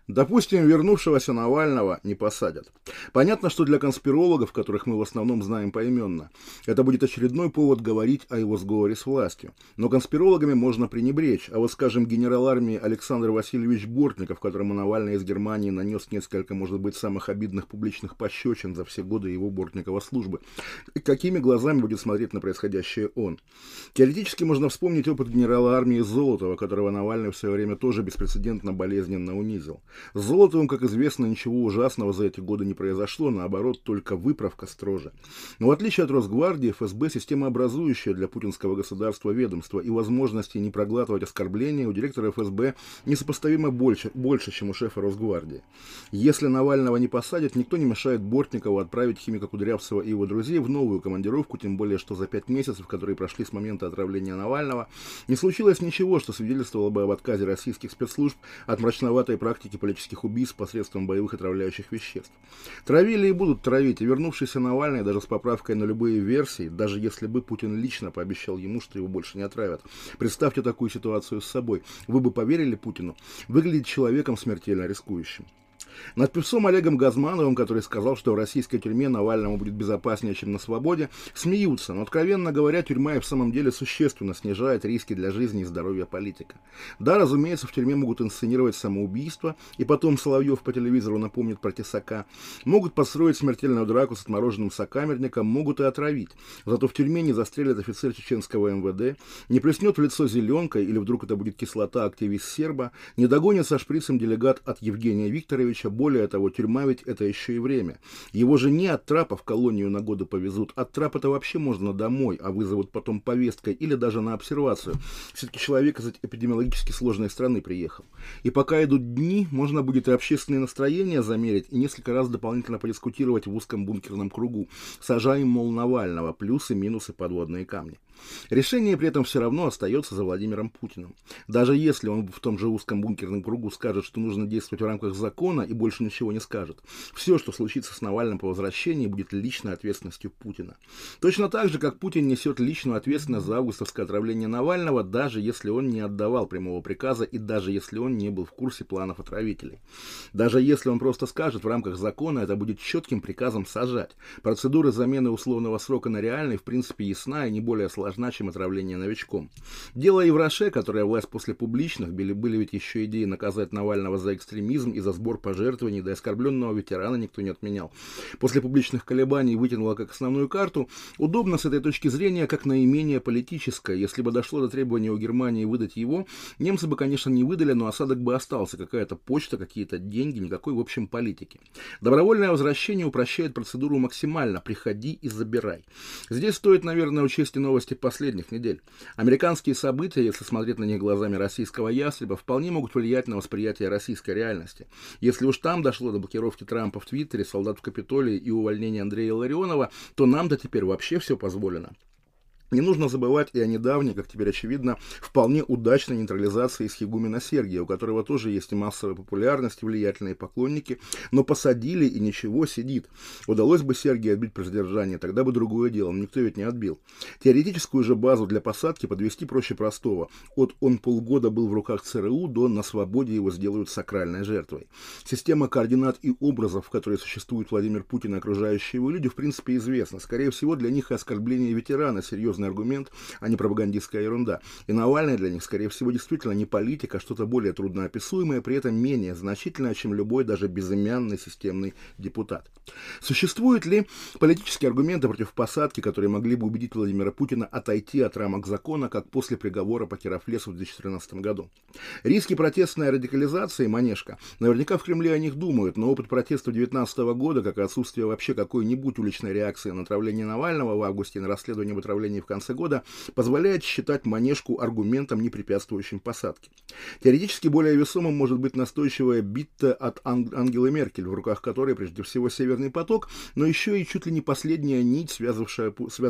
Допустим, вернувшегося Навального не посадят. Понятно, что для конспирологов, которых мы в основном знаем поименно, это будет очередной повод говорить о его сговоре с властью. Но конспирологами можно пренебречь, а вот, скажем, генерал армии Александр Васильевич Бортников, которому Навальный из Германии нанес несколько, может быть, самых обидных публичных пощечин за все годы его Бортникова службы. Какими глазами будет смотреть на происходящее он? Теоретически можно вспомнить опыт генерала армии Золотова, которого Навальный в свое время тоже беспрецедентно болезненно унизил. С Золотовым, как известно, ничего ужасного за эти годы не произошло, наоборот, только выправка строже. Но в отличие от Росгвардии, ФСБ – системообразующая для путинского государства ведомства, и возможности не проглатывать оскорбления у директора ФСБ несопоставимо больше, чем у шефа Росгвардии. Если Навального не посадят, никто не мешает Бортникову отправить химика Кудрявцева и его друзей в новую командировку, тем более, что за 5 месяцев, которые прошли с момента отравления Навального, не случилось ничего, что свидетельствовало бы об отказе российских спецслужб от мрачноватой практики политических убийств посредством боевых отравляющих веществ. Травили и будут травить, и вернувшийся Навальный, даже с поправкой на любые версии, даже если бы Путин лично пообещал ему, что его больше не отравят. Представьте такую ситуацию с собой. Вы бы поверили Путину? Выглядит человеком смертельно рискующим. Над певцом Олегом Газмановым, который сказал, что в российской тюрьме Навальному будет безопаснее, чем на свободе, смеются, но, откровенно говоря, тюрьма и в самом деле существенно снижает риски для жизни и здоровья политика. Да, разумеется, в тюрьме могут инсценировать самоубийство, и потом Соловьев по телевизору напомнит про тесака, могут построить смертельную драку с отмороженным сокамерником, могут и отравить. Зато в тюрьме не застрелит офицер чеченского МВД, не плеснет в лицо зеленкой, или вдруг это будет кислота активист серба, не догонит со шприцем делегат от Евгения Викторовича. Более того, тюрьма ведь это еще и время. Его же не от трапа в колонию на годы повезут, от трапа-то вообще можно домой, а вызовут потом повесткой или даже на обсервацию. Все-таки человек из эпидемиологически сложной страны приехал. И пока идут дни, можно будет и общественные настроения замерить, и несколько раз дополнительно подискутировать в узком бункерном кругу. Сажаем, мол, Навального, плюсы, минусы, подводные камни. Решение при этом все равно остается за Владимиром Путиным. Даже если он в том же узком бункерном кругу скажет, что нужно действовать в рамках закона и больше ничего не скажет, все, что случится с Навальным по возвращении, будет личной ответственностью Путина. Точно так же, как Путин несет личную ответственность за августовское отравление Навального, даже если он не отдавал прямого приказа и даже если он не был в курсе планов отравителей. Даже если он просто скажет в рамках закона, это будет четким приказом сажать. Процедура замены условного срока на реальный в принципе ясна и не более сложна, чем отравление новичком. Дело и в Роше, которая власть после публичных, были ведь еще идеи наказать Навального за экстремизм и за сбор пожертвований, да и оскорбленного ветерана никто не отменял. После публичных колебаний вытянула как основную карту. Удобно с этой точки зрения, как наименее политическое. Если бы дошло до требования у Германии выдать его, немцы бы, конечно, не выдали, но осадок бы остался. Какая-то почта, какие-то деньги, никакой, в общем, политики. Добровольное возвращение упрощает процедуру максимально. Приходи и забирай. Здесь стоит, наверное, учесть и новости последних недель. Американские события, если смотреть на них глазами российского ястреба, вполне могут влиять на восприятие российской реальности. Если уж там дошло до блокировки Трампа в Твиттере, солдат в Капитолии и увольнения Андрея Илларионова, то нам-то теперь вообще все позволено. Не нужно забывать и о недавней, как теперь очевидно, вполне удачной нейтрализации схигумена Сергия, у которого тоже есть и массовая популярность, и влиятельные поклонники, но посадили и ничего, сидит. Удалось бы Сергию отбить при задержании, тогда бы другое дело, но никто ведь не отбил. Теоретическую же базу для посадки подвести проще простого. От он полгода был в руках ЦРУ до на свободе его сделают сакральной жертвой. Система координат и образов, в которой существует Владимир Путин и окружающие его люди, в принципе известна. Скорее всего, для них и оскорбление ветерана серьезный аргумент, а не пропагандистская ерунда. И Навальный для них, скорее всего, действительно не политик, а что-то более трудноописуемое, при этом менее значительное, чем любой даже безымянный системный депутат. Существуют ли политические аргументы против посадки, которые могли бы убедить Владимира Путина отойти от рамок закона, как после приговора по Керафлесу в 2013 году? Риски протестной радикализации, манежка, наверняка в Кремле о них думают, но опыт протеста 2019 года, как и отсутствие вообще какой-нибудь уличной реакции на отравление Навального в августе и на расследование об отравлении в конце года, позволяет считать манежку аргументом, не препятствующим посадке. Теоретически более весомым может быть настойчивая битта от Ангелы Меркель, в руках которой прежде всего Северный поток, но еще и чуть ли не последняя нить, связывающая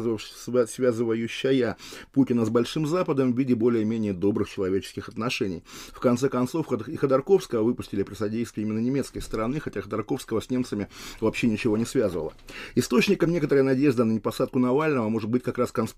Путина с Большим Западом в виде более-менее добрых человеческих отношений. В конце концов, и Ходорковского выпустили при содействии именно немецкой стороны, хотя Ходорковского с немцами вообще ничего не связывало. Источником некоторой надежды на непосадку Навального может быть как раз конспирация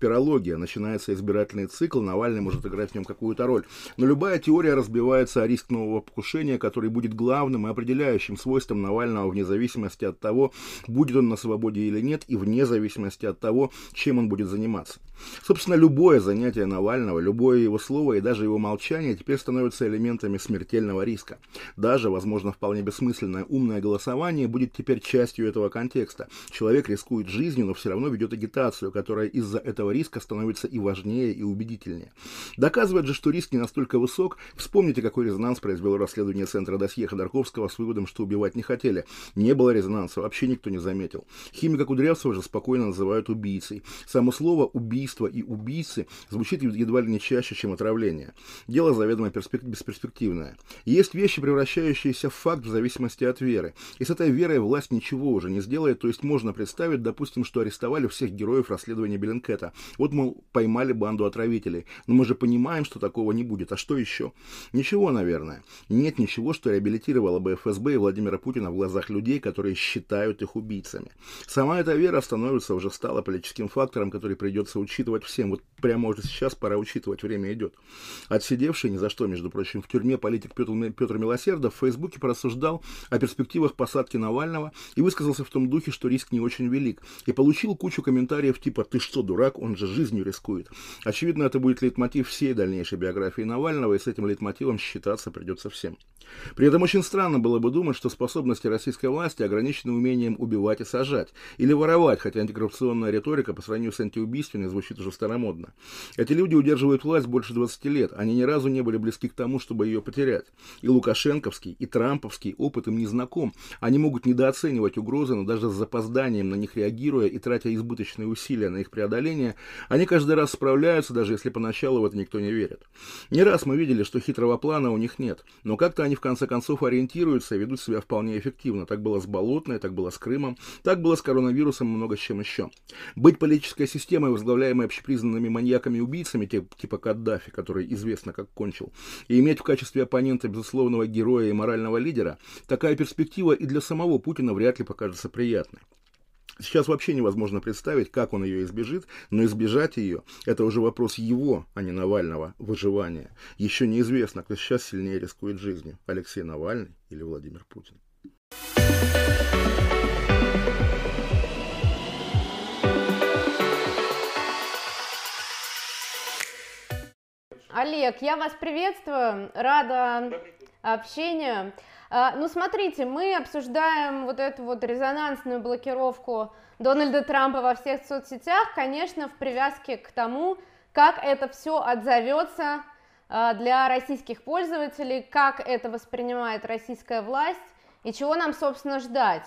конспирология. Начинается избирательный цикл, Навальный может играть в нем какую-то роль. Но любая теория разбивается о риск нового покушения, который будет главным и определяющим свойством Навального вне зависимости от того, будет он на свободе или нет, и вне зависимости от того, чем он будет заниматься. Собственно, любое занятие Навального, любое его слово и даже его молчание теперь становятся элементами смертельного риска. Даже, возможно, вполне бессмысленное умное голосование будет теперь частью этого контекста. Человек рискует жизнью, но все равно ведет агитацию, которая из-за этого риска становится и важнее, и убедительнее. Доказывает же, что риск не настолько высок. Вспомните, какой резонанс произвело расследование Центра досье Ходорковского с выводом, что убивать не хотели. Не было резонанса, вообще никто не заметил. Химика Кудрявцева же спокойно называют убийцей. Само слово «убийство» и «убийцы» звучит едва ли не чаще, чем отравление. Дело заведомо бесперспективное. Есть вещи, превращающиеся в факт в зависимости от веры. И с этой верой власть ничего уже не сделает, то есть можно представить, допустим, что арестовали всех героев расследования Беллинкета. Вот, мол, поймали банду отравителей. Но мы же понимаем, что такого не будет. А что еще? Ничего, наверное. Нет ничего, что реабилитировало бы ФСБ и Владимира Путина в глазах людей, которые считают их убийцами. Сама эта вера становится, уже стала политическим фактором, который придется учитывать всем. Вот прямо уже сейчас пора учитывать, время идет. Отсидевший ни за что, между прочим, в тюрьме политик Петр Милосердов в Фейсбуке порассуждал о перспективах посадки Навального и высказался в том духе, что риск не очень велик. И получил кучу комментариев типа «Ты что, дурак? Он же жизнью рискует». Очевидно, это будет лейтмотив всей дальнейшей биографии Навального, и с этим лейтмотивом считаться придется всем. При этом очень странно было бы думать, что способности российской власти ограничены умением убивать и сажать, или воровать, хотя антикоррупционная риторика по сравнению с антиубийственной звучит уже старомодно. Эти люди удерживают власть больше 20 лет, они ни разу не были близки к тому, чтобы ее потерять. И лукашенковский, и трамповский опыт им не знаком. Они могут недооценивать угрозы, но даже с запозданием на них реагируя и тратя избыточные усилия на их преодоление, они каждый раз справляются, даже если поначалу в это никто не верит. Не раз мы видели, что хитрого плана у них нет, но как-то они в конце концов ориентируются и ведут себя вполне эффективно. Так было с Болотной, так было с Крымом, так было с коронавирусом и много с чем еще. Быть политической системой, возглавляемой общепризнанными маньяками-убийцами, типа Каддафи, который известно как кончил, и иметь в качестве оппонента безусловного героя и морального лидера, такая перспектива и для самого Путина вряд ли покажется приятной. Сейчас вообще невозможно представить, как он ее избежит, но избежать ее – это уже вопрос его, а не Навального, выживания. Еще неизвестно, кто сейчас сильнее рискует жизнью – Алексей Навальный или Владимир Путин. Олег, я вас приветствую, рада общению. Ну, смотрите, мы обсуждаем вот эту вот резонансную блокировку Дональда Трампа во всех соцсетях, конечно, в привязке к тому, как это все отзовется для российских пользователей, как это воспринимает российская власть и чего нам, собственно, ждать,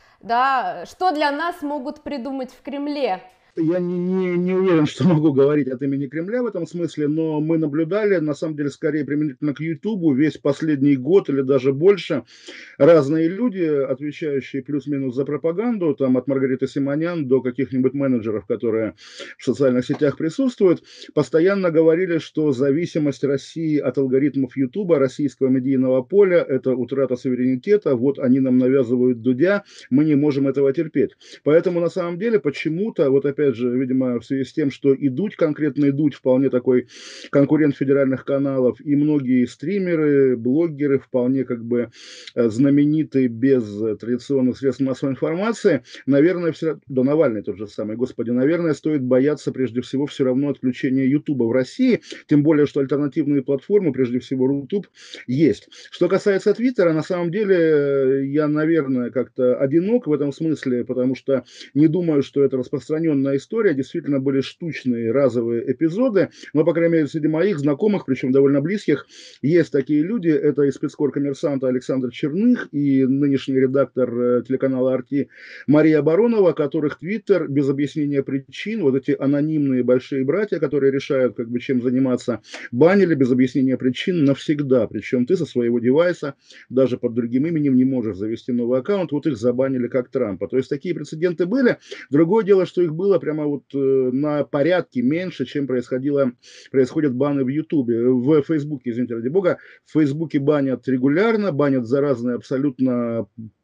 да, что для нас могут придумать в Кремле. Я не уверен, что могу говорить от имени Кремля в этом смысле, но мы наблюдали, на самом деле, скорее применительно к Ютубу, весь последний год или даже больше, разные люди, отвечающие плюс-минус за пропаганду, там от Маргариты Симонян до каких-нибудь менеджеров, которые в социальных сетях присутствуют, постоянно говорили, что зависимость России от алгоритмов Ютуба, российского медийного поля, это утрата суверенитета, вот они нам навязывают Дудя, мы не можем этого терпеть. Поэтому, на самом деле, почему-то, вот опять же, видимо, в связи с тем, что и Дудь, конкретный Дудь, вполне такой конкурент федеральных каналов, и многие стримеры, блогеры, вполне как бы знаменитые без традиционных средств массовой информации, наверное, да Навальный тот же самый, господи, наверное, стоит бояться прежде всего все равно отключения Ютуба в России, тем более, что альтернативные платформы, прежде всего Рутуб, есть. Что касается Твиттера, на самом деле, я, наверное, как-то одинок в этом смысле, потому что не думаю, что это распространенная история, действительно были штучные разовые эпизоды, но, по крайней мере, среди моих знакомых, причем довольно близких, есть такие люди, это и спецкор коммерсанта Александр Черных, и нынешний редактор телеканала «Арти» Мария Баронова, которых Твиттер без объяснения причин, вот эти анонимные большие братья, которые решают, как бы, чем заниматься, банили без объяснения причин навсегда, причем ты со своего девайса, даже под другим именем не можешь завести новый аккаунт, вот их забанили как Трампа. То есть такие прецеденты были. Другое дело, что их было прямо вот на порядке меньше, чем происходят баны в Ютубе. В Фейсбуке, извините, ради бога, в Фейсбуке банят регулярно, банят за разные абсолютно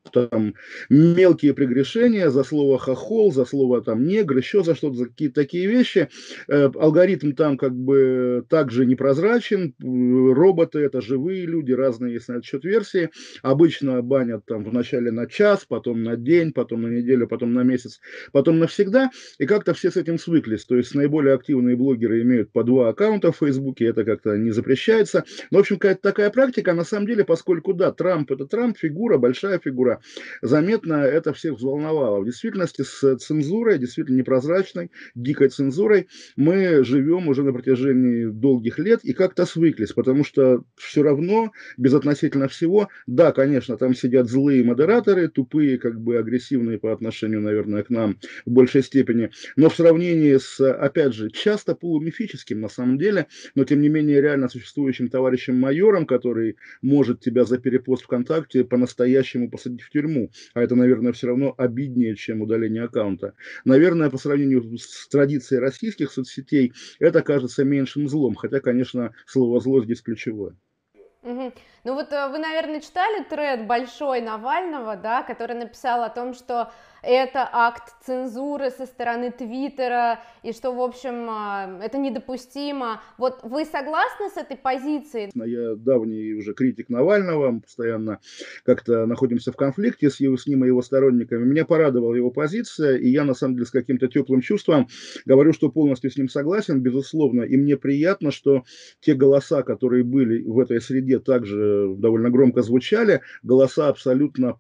там мелкие прегрешения, за слово хохол, за слово там негр, еще за что-то, за какие-то такие вещи. Алгоритм там как бы также непрозрачен, роботы это живые люди, разные есть на этот счет версии. Обычно банят там вначале на час, потом на день, потом на неделю, потом на месяц, потом навсегда. И как-то все с этим свыклись. То есть наиболее активные блогеры имеют по 2 аккаунта в Фейсбуке, это как-то не запрещается. Но, в общем, какая-то такая практика, на самом деле, поскольку, да, Трамп это Трамп, фигура, большая фигура, заметно это всех взволновало. В действительности с цензурой, действительно непрозрачной, дикой цензурой, мы живем уже на протяжении долгих лет и как-то свыклись, потому что все равно, безотносительно всего, да, конечно, там сидят злые модераторы, тупые, как бы агрессивные по отношению, наверное, к нам в большей степени, но в сравнении с, опять же, часто полумифическим на самом деле, но тем не менее реально существующим товарищем майором, который может тебя за перепост ВКонтакте по-настоящему посадить в тюрьму, а это, наверное, все равно обиднее, чем удаление аккаунта. Наверное, по сравнению с традицией российских соцсетей, это кажется меньшим злом, хотя, конечно, слово «зло» здесь ключевое. Мгм. Ну вот вы, наверное, читали тред большой Навального, да, который написал о том, что это акт цензуры со стороны Твиттера, и что, в общем, это недопустимо. Вот вы согласны с этой позицией? Я давний уже критик Навального, мы постоянно как-то находимся в конфликте с ним и его сторонниками. Меня порадовала его позиция, и я, на самом деле, с каким-то теплым чувством говорю, что полностью с ним согласен, безусловно, и мне приятно, что те голоса, которые были в этой среде, также довольно громко звучали, голоса абсолютно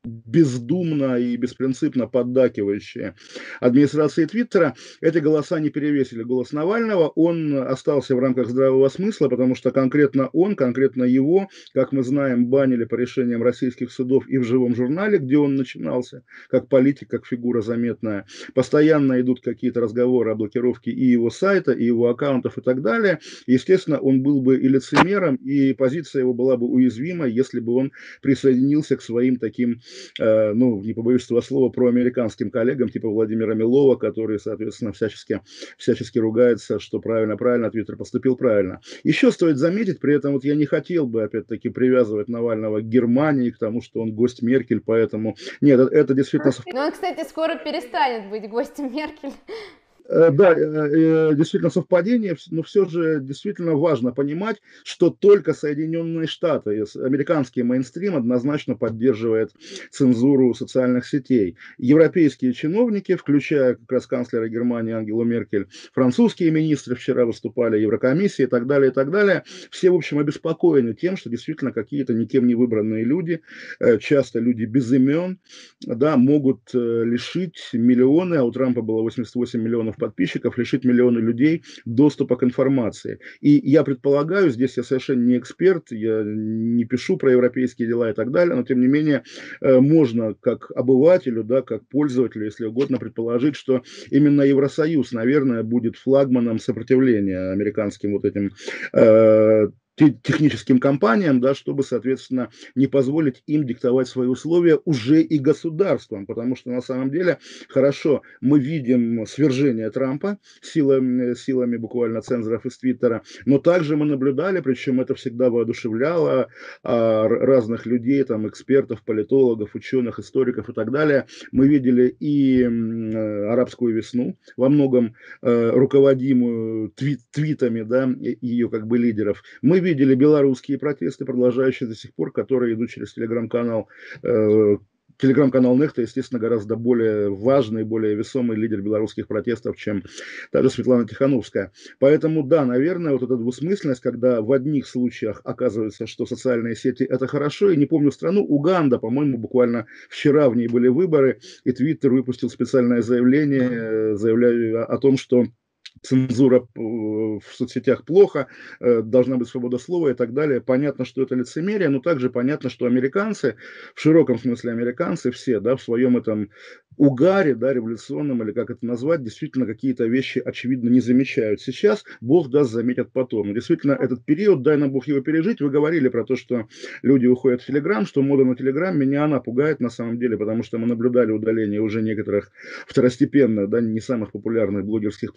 бездумно и беспринципно поддакивающие администрации Твиттера, эти голоса не перевесили голос Навального, он остался в рамках здравого смысла, потому что конкретно он, конкретно его, как мы знаем, банили по решениям российских судов и в живом журнале, где он начинался, как политик, как фигура заметная. Постоянно идут какие-то разговоры о блокировке и его сайта, и его аккаунтов и так далее. Естественно, он был бы и лицемером, и позиция его была бы уязвима, если бы он присоединился к своим таким ну, не побоюсь этого слова, проамериканским коллегам, типа Владимира Милова, который, соответственно, всячески ругается, что правильно, Твиттер поступил правильно. Еще стоит заметить, при этом вот я не хотел бы, опять-таки, привязывать Навального к Германии, к тому, что он гость Меркель, поэтому... Нет, это действительно... Но он, кстати, скоро перестанет быть гостем Меркель. Да, действительно совпадение, но все же действительно важно понимать, что только Соединенные Штаты, американский мейнстрим однозначно поддерживает цензуру социальных сетей. Европейские чиновники, включая как раз канцлера Германии Ангелу Меркель, французские министры вчера выступали, Еврокомиссии и так далее, все, в общем, обеспокоены тем, что действительно какие-то никем не выбранные люди, часто люди без имен, да, могут лишить миллионы, а у Трампа было 88 миллионов подписчиков, лишить миллионы людей доступа к информации. И я предполагаю, здесь я совершенно не эксперт, я не пишу про европейские дела и так далее, но тем не менее можно как обывателю, да, как пользователю, если угодно, предположить, что именно Евросоюз, наверное, будет флагманом сопротивления американским вот этим техническим компаниям, да, чтобы, соответственно, не позволить им диктовать свои условия уже и государствам, потому что на самом деле, хорошо, мы видим свержение Трампа силами буквально цензоров из Твиттера, но также мы наблюдали, причем это всегда воодушевляло разных людей, там, экспертов, политологов, ученых, историков и так далее. Мы видели и арабскую весну, во многом руководимую твитами, да, ее как бы лидеров. Мы видели белорусские протесты, продолжающие до сих пор, которые идут через телеграм-канал. Телеграм-канал Нехта, естественно, гораздо более важный, более весомый лидер белорусских протестов, чем та же Светлана Тихановская. Поэтому, да, наверное, вот эта двусмысленность, когда в одних случаях оказывается, что социальные сети это хорошо, и не помню страну, Уганда, по-моему, буквально вчера в ней были выборы, и Твиттер выпустил специальное заявление, заявляя о том, что цензура в соцсетях плохо, должна быть свобода слова и так далее. Понятно, что это лицемерие, но также понятно, что американцы, в широком смысле американцы все, да, в своем этом угаре, да, революционном, или как это назвать, действительно какие-то вещи, очевидно, не замечают сейчас, Бог даст, заметят потом. Действительно, этот период, дай нам Бог его пережить, вы говорили про то, что люди уходят в Телеграм, что мода на Телеграм, меня она пугает на самом деле, потому что мы наблюдали удаление уже некоторых второстепенных, да, не самых популярных блогерских платформ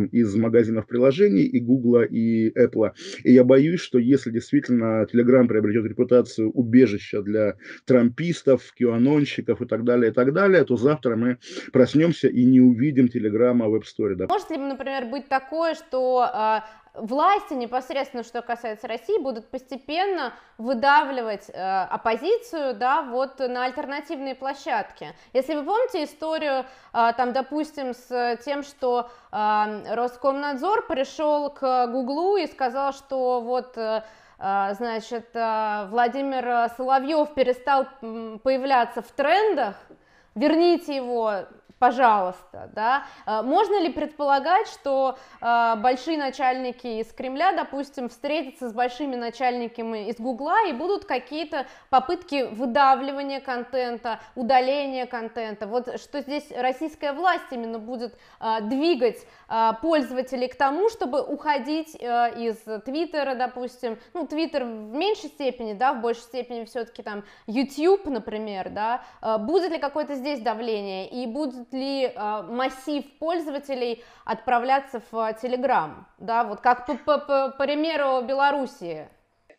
из магазинов приложений и Гугла, и Apple. И я боюсь, что если действительно Telegram приобретет репутацию убежища для трампистов, QAnonщиков и так далее, то завтра мы проснемся и не увидим Телеграма в App Store. Да. Может ли, например, быть такое, что власти, непосредственно что касается России, будут постепенно выдавливать оппозицию, да, вот на альтернативные площадки? Если вы помните историю, там, допустим, с тем, что Роскомнадзор пришел к Гуглу и сказал, что вот... значит, Владимир Соловьев перестал появляться в трендах, верните его, пожалуйста, да. Можно ли предполагать, что большие начальники из Кремля, допустим, встретятся с большими начальниками из Гугла и будут какие-то попытки выдавливания контента, удаления контента? Вот что здесь российская власть именно будет двигать пользователей к тому, чтобы уходить из Твиттера, допустим, ну, Твиттер в меньшей степени, да, в большей степени все-таки там YouTube, например, да, будет ли какое-то здесь давление и будет ли массив пользователей отправляться в Telegram, да, вот как по примеру Белоруссии?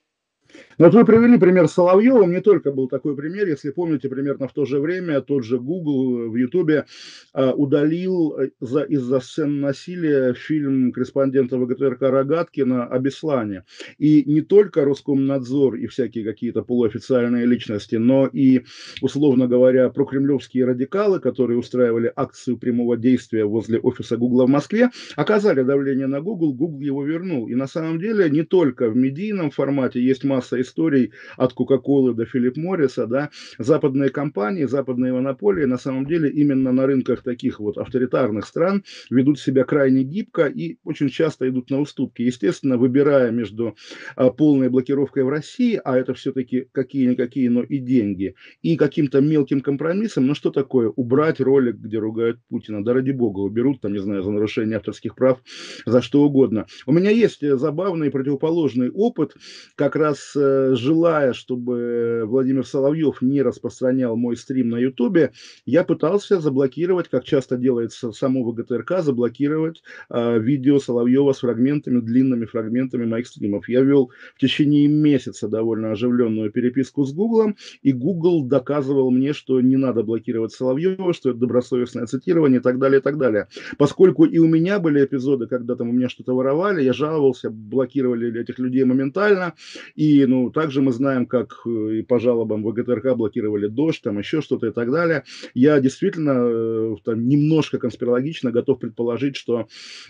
Ну, вот вы привели пример Соловьева, не только был такой пример, если помните, примерно в то же время тот же Google в Ютубе удалил из-за сцен насилия фильм корреспондента ВГТРК Рогаткина о Беслане. И не только Роскомнадзор и всякие какие-то полуофициальные личности, но и, условно говоря, прокремлевские радикалы, которые устраивали акцию прямого действия возле офиса Гугла в Москве, оказали давление на Google, Google его вернул. И на самом деле не только в медийном формате есть масса историй от Кока-Колы до Филипп Морриса, да, западные компании, западные монополии на самом деле именно на рынках таких вот авторитарных стран ведут себя крайне гибко и очень часто идут на уступки. Естественно, выбирая между полной блокировкой в России, а это все-таки какие-никакие, но и деньги, и каким-то мелким компромиссом, ну что такое, убрать ролик, где ругают Путина, да ради бога, уберут там, не знаю, за нарушение авторских прав, за что угодно. У меня есть забавный противоположный опыт, как раз желая, чтобы Владимир Соловьев не распространял мой стрим на Ютубе, я пытался заблокировать, как часто делается само ВГТРК, заблокировать видео Соловьева с фрагментами, длинными фрагментами моих стримов. Я вел в течение месяца довольно оживленную переписку с Гуглом, и Google доказывал мне, что не надо блокировать Соловьева, что это добросовестное цитирование и так далее, и так далее. Поскольку и у меня были эпизоды, когда там у меня что-то воровали, я жаловался, блокировали этих людей моментально, и, ну, также мы знаем, как и по жалобам ВГТРК блокировали Дождь, там еще что-то и так далее. Я действительно там, немножко конспирологично готов предположить, что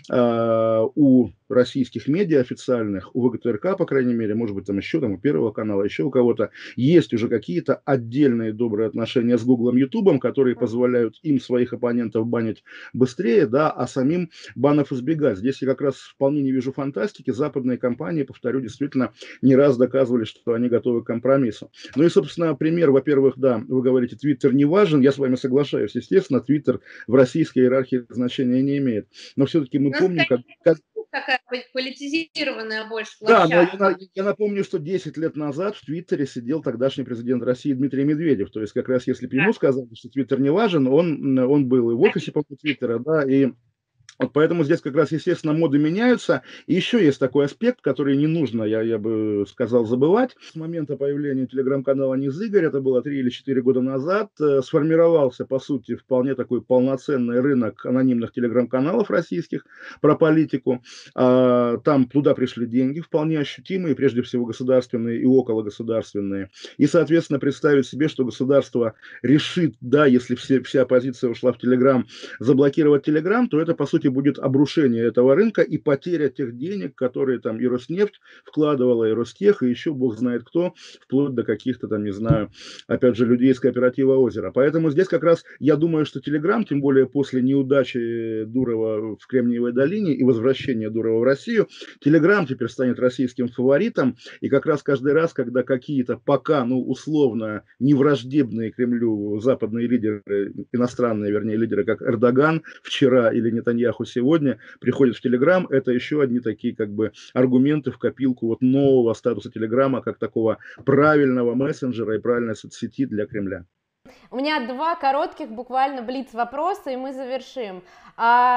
у российских медиа официальных, у ВГТРК, по крайней мере, может быть, там еще там, у Первого канала, еще у кого-то, есть уже какие-то отдельные добрые отношения с Гуглом, Ютубом, которые позволяют им своих оппонентов банить быстрее, да, а самим банов избегать. Здесь я как раз вполне не вижу фантастики. Западные компании, повторю, действительно не раз доказывали, что они готовы к компромиссу. Ну и, собственно, пример, во-первых, да, вы говорите, Твиттер не важен, я с вами соглашаюсь. Естественно, Твиттер в российской иерархии значения не имеет. Но все-таки мы помним, как такая политизированная больше площадка. Да, но я напомню, что 10 лет назад в Твиттере сидел тогдашний президент России Дмитрий Медведев. То есть как раз если бы ему сказали, что Твиттер не важен, он был и в офисе по Твиттера, да, и вот поэтому здесь как раз, естественно, моды меняются. И еще есть такой аспект, который не нужно, я бы сказал, забывать. С момента появления телеграм-канала «Низыгорь», это было 3 или 4 года назад, сформировался, по сути, вполне такой полноценный рынок анонимных телеграм-каналов российских про политику. Там туда пришли деньги вполне ощутимые, прежде всего государственные и окологосударственные. И, соответственно, представить себе, что государство решит, да, если вся оппозиция ушла в Телеграм, заблокировать Телеграм, то это, по сути, будет обрушение этого рынка и потеря тех денег, которые там и Роснефть вкладывала, и Ростех, и еще бог знает кто, вплоть до каких-то там, не знаю, опять же, людей из кооператива «Озеро». Поэтому здесь как раз я думаю, что Телеграм, тем более после неудачи Дурова в Кремниевой долине и возвращения Дурова в Россию, Телеграм теперь станет российским фаворитом, и как раз каждый раз, когда какие-то пока, ну, условно, не враждебные Кремлю западные лидеры, иностранные, вернее, лидеры, как Эрдоган вчера или Нетаньяху сегодня приходят в Телеграм, это еще одни такие как бы аргументы в копилку вот нового статуса Телеграма как такого правильного мессенджера и правильной соцсети для Кремля. У меня 2 коротких буквально блиц-вопроса, и мы завершим.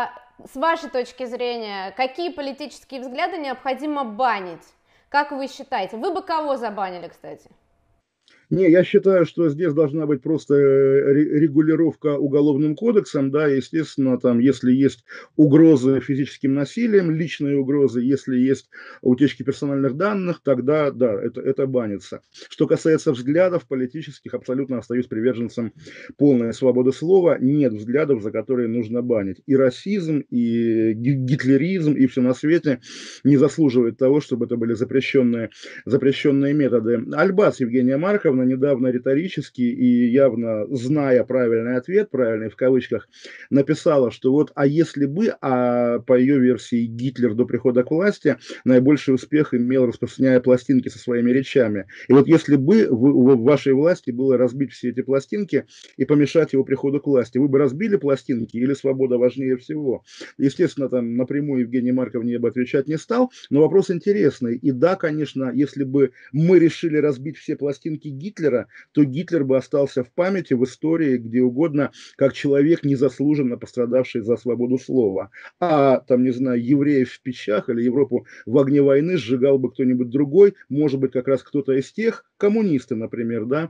с вашей точки зрения, какие политические взгляды необходимо банить? Как вы считаете? Вы бы кого забанили, кстати? Не, я считаю, что здесь должна быть просто регулировка уголовным кодексом, да, естественно, там, если есть угрозы физическим насилием, личные угрозы, если есть утечки персональных данных, тогда, да, это банится. Что касается взглядов политических, абсолютно остаюсь приверженцем полной свободы слова, нет взглядов, за которые нужно банить. И расизм, и гитлеризм, и все на свете не заслуживает того, чтобы это были запрещенные методы. Альбац Евгения Марковна недавно риторически и явно зная правильный ответ, правильный в кавычках, написала, что вот, а если бы, по ее версии, Гитлер до прихода к власти наибольший успех имел, распространяя пластинки со своими речами. И вот если бы в вашей власти было разбить все эти пластинки и помешать его приходу к власти, вы бы разбили пластинки или свобода важнее всего? Естественно, там напрямую Евгений Марковне я бы отвечать не стал, но вопрос интересный. И да, конечно, если бы мы решили разбить все пластинки Гитлера, то Гитлер бы остался в памяти, в истории, где угодно, как человек, незаслуженно пострадавший за свободу слова. А там, не знаю, евреев в печах или Европу в огне войны сжигал бы кто-нибудь другой, может быть, как раз кто-то из тех, коммунисты, например, да,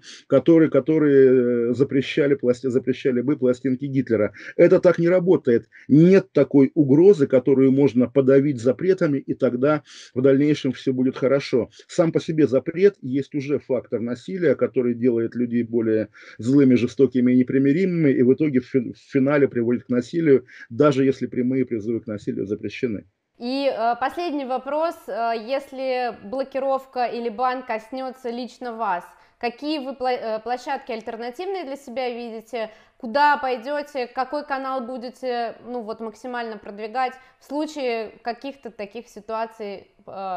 которые запрещали бы пластинки Гитлера. Это так не работает. Нет такой угрозы, которую можно подавить запретами, и тогда в дальнейшем все будет хорошо. Сам по себе запрет есть уже фактор насилия, который делает людей более злыми, жестокими и непримиримыми, и в итоге в финале приводит к насилию, даже если прямые призывы к насилию запрещены. И последний вопрос. Если блокировка или бан коснется лично вас, какие вы площадки альтернативные для себя видите? Куда пойдете? Какой канал будете максимально продвигать в случае каких-то таких ситуаций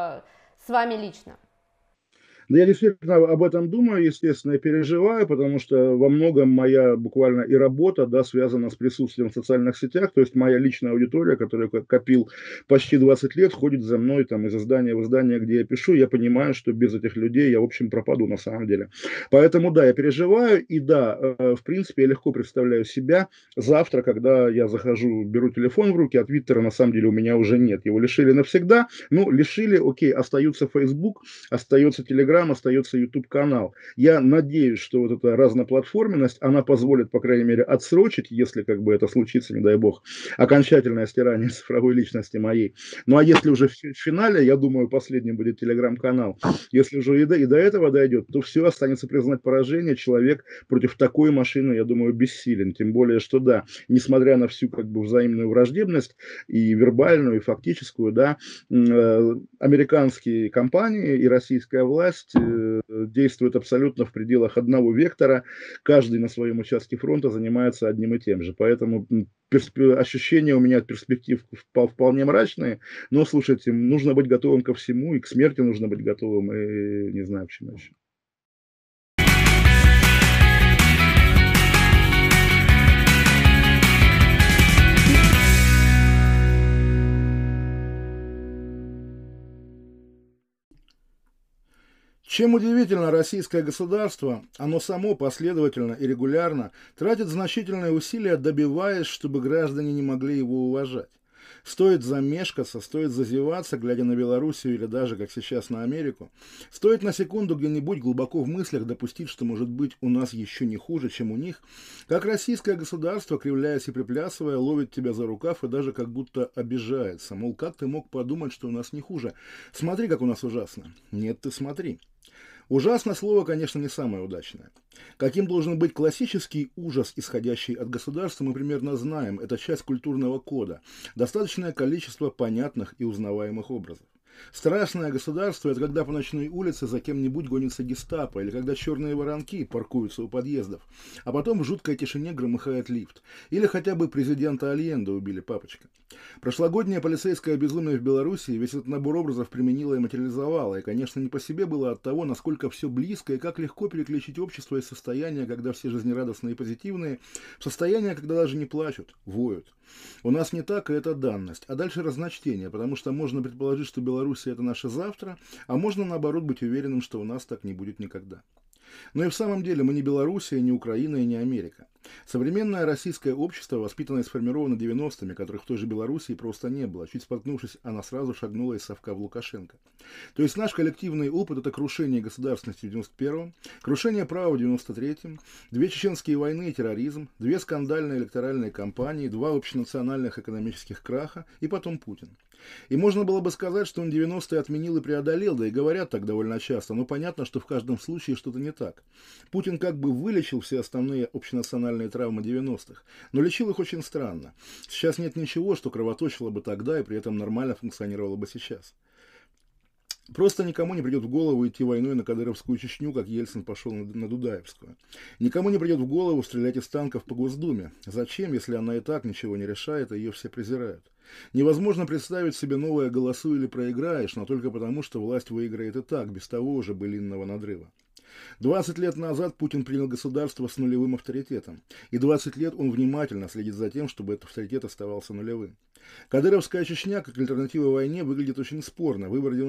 с вами лично? Да, я действительно об этом думаю, естественно, и переживаю, потому что во многом моя буквально и работа, да, связана с присутствием в социальных сетях, то есть моя личная аудитория, которую я копил почти 20 лет, ходит за мной там из издания в издание, где я пишу, я понимаю, что без этих людей я, в общем, пропаду на самом деле. Поэтому, да, я переживаю, и да, в принципе, я легко представляю себя завтра, когда я захожу, беру телефон в руки, а Твиттера на самом деле у меня уже нет, его лишили навсегда, лишили, окей, остается Facebook, остается Telegram, остается YouTube-канал. Я надеюсь, что вот эта разноплатформенность, она позволит, по крайней мере, отсрочить, если как бы это случится, не дай бог, окончательное стирание цифровой личности моей. Ну а если уже в финале, я думаю, последним будет Telegram-канал, если уже и до этого дойдет, то все, останется признать поражение. Человек против такой машины, я думаю, бессилен. Тем более, что да, несмотря на всю как бы взаимную враждебность и вербальную, и фактическую, да, американские компании и российская власть действуют абсолютно в пределах одного вектора, каждый на своем участке фронта занимается одним и тем же, поэтому ощущения у меня от перспектив вполне мрачные, но, слушайте, нужно быть готовым ко всему, и к смерти нужно быть готовым, и не знаю, к чему еще. Чем удивительно российское государство, оно само последовательно и регулярно тратит значительные усилия, добиваясь, чтобы граждане не могли его уважать. Стоит замешкаться, стоит зазеваться, глядя на Белоруссию или даже, как сейчас, на Америку. Стоит на секунду где-нибудь глубоко в мыслях допустить, что, может быть, у нас еще не хуже, чем у них, как российское государство, кривляясь и приплясывая, ловит тебя за рукав и даже как будто обижается. Мол, как ты мог подумать, что у нас не хуже? Смотри, как у нас ужасно. Нет, ты смотри. Ужасно слово, конечно, не самое удачное. Каким должен быть классический ужас, исходящий от государства, мы примерно знаем. Это часть культурного кода. Достаточное количество понятных и узнаваемых образов. Страшное государство – это когда по ночной улице за кем-нибудь гонится гестапо, или когда черные воронки паркуются у подъездов, а потом в жуткой тишине громыхает лифт. Или хотя бы президента Альенде убили, папочка. Прошлогоднее полицейское безумие в Беларуси весь этот набор образов применило и материализовало, и, конечно, не по себе было от того, насколько все близко и как легко переключить общество из состояния, когда все жизнерадостные и позитивные, в состояние, когда даже не плачут, воют. У нас не так, и это данность. А дальше разночтение, потому что можно предположить, что Белоруссия – это наше завтра, а можно, наоборот, быть уверенным, что у нас так не будет никогда. Но и в самом деле мы не Белоруссия, не Украина и не Америка. Современное российское общество, воспитанное и сформировано 90-ми, которых в той же Белоруссии просто не было. Чуть споткнувшись, она сразу шагнула из совка в Лукашенко. То есть наш коллективный опыт – это крушение государственности в 91-м, крушение права в 93-м, две чеченские войны и терроризм, две скандальные электоральные кампании, два общенациональных экономических краха и потом Путин. И можно было бы сказать, что он 90-е отменил и преодолел, да и говорят так довольно часто, но понятно, что в каждом случае что-то не так. Путин как бы вылечил все основные общенациональные травмы 90-х, но лечил их очень странно. Сейчас нет ничего, что кровоточило бы тогда и при этом нормально функционировало бы сейчас. Просто никому не придет в голову идти войной на Кадыровскую Чечню, как Ельцин пошел на Дудаевскую. Никому не придет в голову стрелять из танков по Госдуме. Зачем, если она и так ничего не решает, и ее все презирают? Невозможно представить себе новое «голосуй или проиграешь», но только потому, что власть выиграет и так, без того уже былинного надрыва. 20 лет назад Путин принял государство с нулевым авторитетом, и 20 лет он внимательно следит за тем, чтобы этот авторитет оставался нулевым. Кадыровская Чечня, как альтернатива войне, выглядит очень спорно. Выборы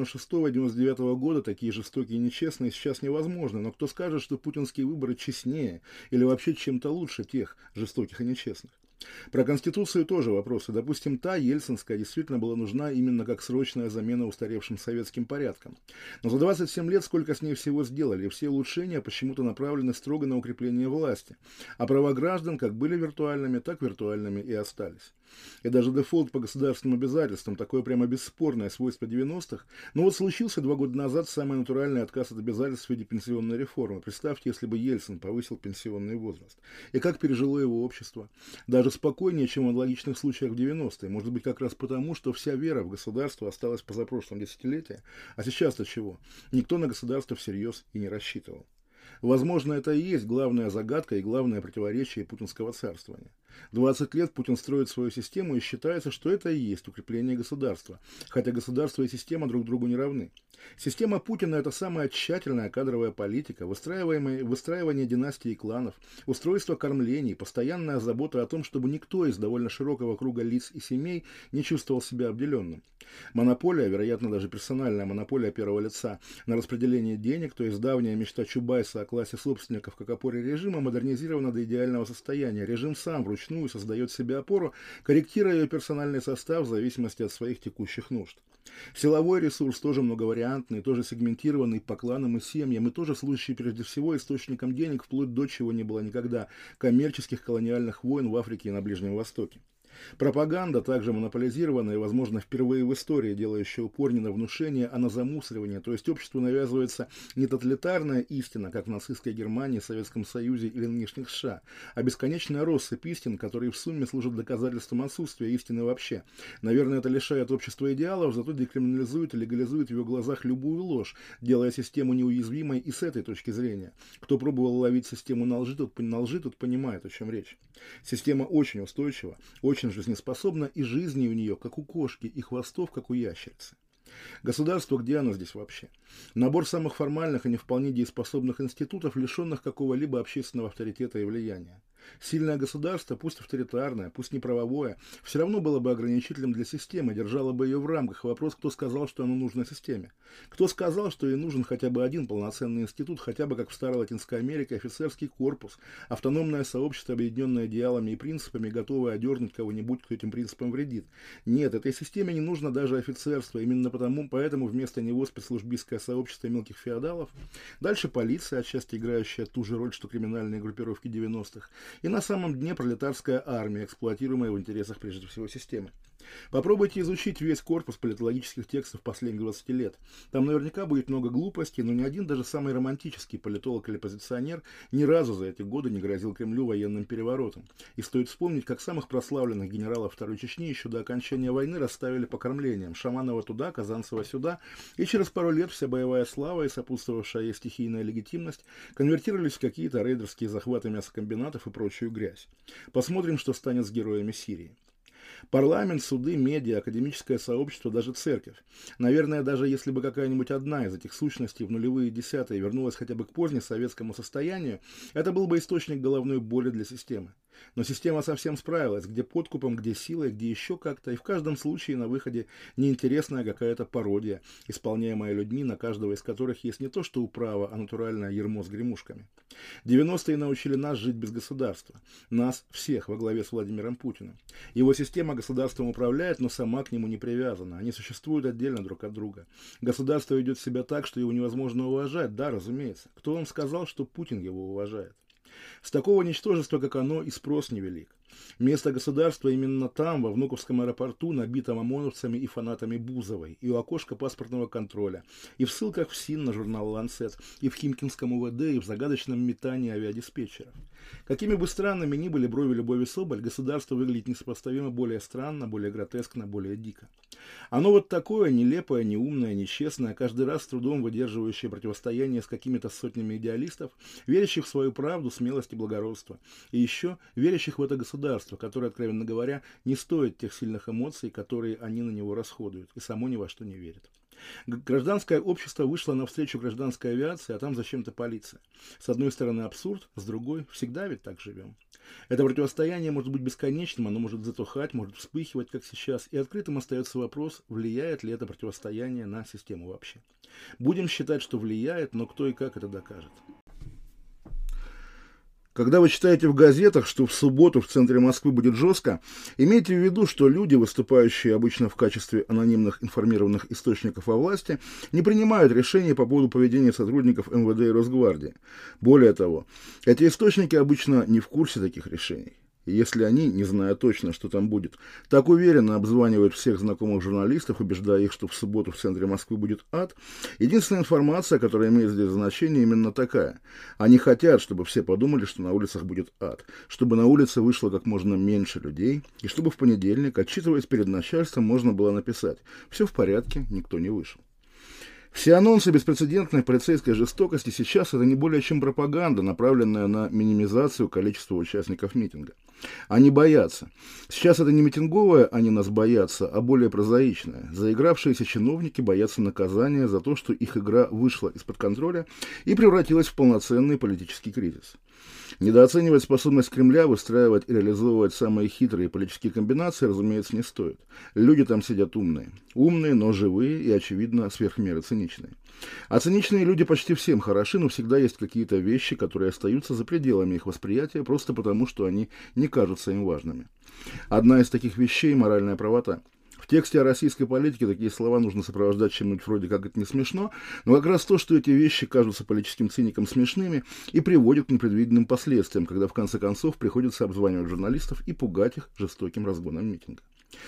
96-99 года, такие жестокие и нечестные, сейчас невозможны, но кто скажет, что путинские выборы честнее или вообще чем-то лучше тех жестоких и нечестных? Про Конституцию тоже вопросы. Допустим, та, ельцинская, действительно была нужна именно как срочная замена устаревшим советским порядкам. Но за 27 лет сколько с ней всего сделали, и все улучшения почему-то направлены строго на укрепление власти. А права граждан как были виртуальными, так виртуальными и остались. И даже дефолт по государственным обязательствам, такое прямо бесспорное свойство 90-х, но вот случился 2 года назад самый натуральный отказ от обязательств в виде пенсионной реформы. Представьте, если бы Ельцин повысил пенсионный возраст. И как пережило его общество? Даже спокойнее, чем в аналогичных случаях в 90-е. Может быть, как раз потому, что вся вера в государство осталась позапрошлом десятилетии. А сейчас-то чего? Никто на государство всерьез и не рассчитывал. Возможно, это и есть главная загадка и главное противоречие путинского царствования. 20 лет Путин строит свою систему и считается, что это и есть укрепление государства, хотя государство и система друг другу не равны. Система Путина – это самая тщательная кадровая политика, выстраивание династий и кланов, устройство кормлений, постоянная забота о том, чтобы никто из довольно широкого круга лиц и семей не чувствовал себя обделенным. Монополия, вероятно, даже персональная монополия первого лица на распределение денег, то есть давняя мечта Чубайса о классе собственников как опоре режима, модернизирована до идеального состояния. Режим сам вручную создает себе опору, корректируя ее персональный состав в зависимости от своих текущих нужд. Силовой ресурс тоже многовариантный, тоже сегментированный по кланам и семьям, и тоже служащий прежде всего источником денег, вплоть до чего не было никогда коммерческих колониальных войн в Африке и на Ближнем Востоке. Пропаганда также монополизированная и, возможно, впервые в истории делающая упор не на внушение, а на замусоривание, то есть обществу навязывается не тоталитарная истина, как в нацистской Германии, Советском Союзе или нынешних США, а бесконечная россыпь истин, которые в сумме служат доказательством отсутствия истины вообще. Наверное, это лишает общества идеалов, зато декриминализует и легализует в его глазах любую ложь, делая систему неуязвимой и с этой точки зрения. Кто пробовал ловить систему на лжи, тот понимает, о чем речь. Система очень устойчива, очень жизнеспособна, и жизни у нее, как у кошки, и хвостов, как у ящерицы. Государство, где оно здесь вообще? Набор самых формальных и не вполне дееспособных институтов, лишенных какого-либо общественного авторитета и влияния. Сильное государство, пусть авторитарное, пусть не правовое, все равно было бы ограничителем для системы, держало бы ее в рамках. Вопрос, кто сказал, что оно нужно системе? Кто сказал, что ей нужен хотя бы один полноценный институт, хотя бы как в старой Латинской Америке офицерский корпус, автономное сообщество, объединенное идеалами и принципами, готовое одернуть кого-нибудь, кто этим принципам вредит? Нет, этой системе не нужно даже офицерство, именно поэтому вместо него спецслужбистское сообщество мелких феодалов, дальше полиция, отчасти играющая ту же роль, что криминальные группировки 90-х, и на самом дне пролетарская армия, эксплуатируемая в интересах прежде всего системы. Попробуйте изучить весь корпус политологических текстов последних 20 лет. Там наверняка будет много глупостей, но ни один, даже самый романтический политолог или позиционер ни разу за эти годы не грозил Кремлю военным переворотом. И стоит вспомнить, как самых прославленных генералов Второй Чечни еще до окончания войны расставили по кормлениям. Шаманова туда, Казанцева сюда, и через пару лет вся боевая слава и сопутствовавшая ей стихийная легитимность конвертировались в какие-то рейдерские захваты мясокомбинатов и прочую грязь. Посмотрим, что станет с героями Сирии. Парламент, суды, медиа, академическое сообщество, даже церковь. Наверное, даже если бы какая-нибудь одна из этих сущностей в нулевые десятые вернулась хотя бы к позднесоветскому состоянию, это был бы источник головной боли для системы. Но система совсем справилась, где подкупом, где силой, где еще как-то, и в каждом случае на выходе неинтересная какая-то пародия, исполняемая людьми, на каждого из которых есть не то что управа, а натуральное ярмо с гремушками. 90-е научили нас жить без государства. Нас всех во главе с Владимиром Путиным. Его система государством управляет, но сама к нему не привязана. Они существуют отдельно друг от друга. Государство ведет себя так, что его невозможно уважать. Да, разумеется. Кто вам сказал, что Путин его уважает? С такого ничтожества, как оно, и спрос невелик. Место государства именно там, во Внуковском аэропорту, набитом ОМОНовцами и фанатами Бузовой, и у окошка паспортного контроля, и в ссылках в СИН на журнал «Ланцет», и в Химкинском УВД, и в загадочном метании авиадиспетчеров. Какими бы странными ни были брови Любови Соболь, государство выглядит несопоставимо более странно, более гротескно, более дико. Оно вот такое, нелепое, неумное, нечестное, каждый раз с трудом выдерживающее противостояние с какими-то сотнями идеалистов, верящих в свою правду, смелость и благородство, и еще верящих в это государство, которое, откровенно говоря, не стоит тех сильных эмоций, которые они на него расходуют, и само ни во что не верит. Гражданское общество вышло навстречу гражданской авиации, а там зачем-то полиция. С одной стороны абсурд, с другой всегда ведь так живем. Это противостояние может быть бесконечным, оно может затухать, может вспыхивать, как сейчас, и открытым остается вопрос, влияет ли это противостояние на систему вообще. Будем считать, что влияет, но кто и как это докажет. Когда вы читаете в газетах, что в субботу в центре Москвы будет жестко, имейте в виду, что люди, выступающие обычно в качестве анонимных информированных источников о власти, не принимают решений по поводу поведения сотрудников МВД и Росгвардии. Более того, эти источники обычно не в курсе таких решений. Если они, не зная точно, что там будет, так уверенно обзванивают всех знакомых журналистов, убеждая их, что в субботу в центре Москвы будет ад, единственная информация, которая имеет здесь значение, именно такая. Они хотят, чтобы все подумали, что на улицах будет ад, чтобы на улице вышло как можно меньше людей, и чтобы в понедельник, отчитываясь перед начальством, можно было написать «все в порядке, никто не вышел». Все анонсы беспрецедентной полицейской жестокости сейчас это не более чем пропаганда, направленная на минимизацию количества участников митинга. Они боятся. Сейчас это не митинговое «они нас боятся», а более прозаичное. Заигравшиеся чиновники боятся наказания за то, что их игра вышла из-под контроля и превратилась в полноценный политический кризис. Недооценивать способность Кремля выстраивать и реализовывать самые хитрые политические комбинации, разумеется, не стоит. Люди там сидят умные. Умные, но живые и, очевидно, сверх меры циничные. А циничные люди почти всем хороши, но всегда есть какие-то вещи, которые остаются за пределами их восприятия, просто потому, что они не кажутся им важными. Одна из таких вещей – моральная правота. В тексте о российской политике такие слова нужно сопровождать чем-нибудь вроде как это не смешно, но как раз то, что эти вещи кажутся политическим циникам смешными и приводит к непредвиденным последствиям, когда в конце концов приходится обзванивать журналистов и пугать их жестоким разгоном митинга.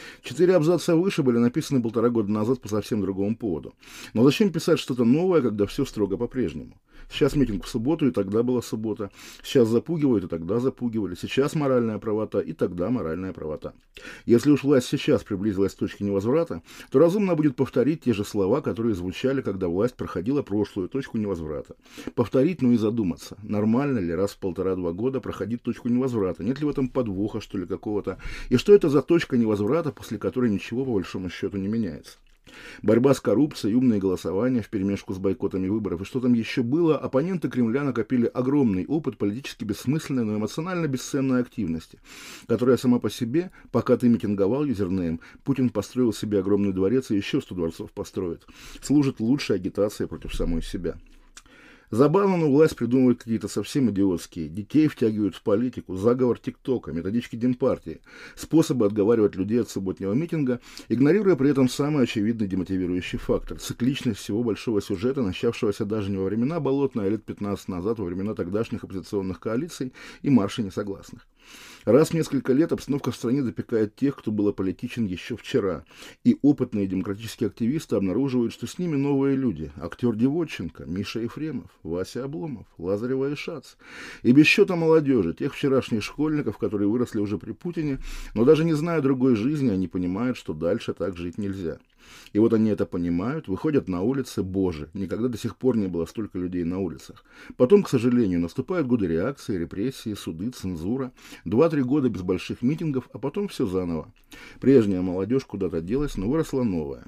4 абзаца выше были написаны 1,5 года назад по совсем другому поводу. Но зачем писать что-то новое, когда все строго по-прежнему? Сейчас митинг в субботу, и тогда была суббота. Сейчас запугивают, и тогда запугивали. Сейчас моральная правота, и тогда моральная правота. Если уж власть сейчас приблизилась к точке невозврата, то разумно будет повторить те же слова, которые звучали, когда власть проходила прошлую точку невозврата. Повторить, но и задуматься. Нормально ли раз в 1,5-2 года проходить точку невозврата? Нет ли в этом подвоха, что ли, какого-то? И что это за точка невозврата, после которой ничего, по большому счету, не меняется? Борьба с коррупцией, умные голосования вперемешку с бойкотами выборов и что там еще было, оппоненты Кремля накопили огромный опыт политически бессмысленной, но эмоционально бесценной активности, которая сама по себе, пока ты митинговал юзернейм, Путин построил себе огромный дворец и еще 100 дворцов построит, служит лучшей агитацией против самой себя. Забавно, но власть придумывает какие-то совсем идиотские. Детей втягивают в политику, заговор ТикТока, методички Демпартии, способы отговаривать людей от субботнего митинга, игнорируя при этом самый очевидный демотивирующий фактор – цикличность всего большого сюжета, начавшегося даже не во времена Болотной, а лет 15 назад, во времена тогдашних оппозиционных коалиций и марша несогласных. Раз в несколько лет обстановка в стране допекает тех, кто был аполитичен еще вчера, и опытные демократические активисты обнаруживают, что с ними новые люди – актер Девотченко, Миша Ефремов, Вася Обломов, Лазарева и Шац, и без счета молодежи, тех вчерашних школьников, которые выросли уже при Путине, но даже не зная другой жизни, они понимают, что дальше так жить нельзя. И вот они это понимают, выходят на улицы, боже, никогда до сих пор не было столько людей на улицах. Потом, к сожалению, наступают годы реакции, репрессии, суды, цензура, 2-3 года без больших митингов, а потом все заново. Прежняя молодежь куда-то делась, но выросла новая.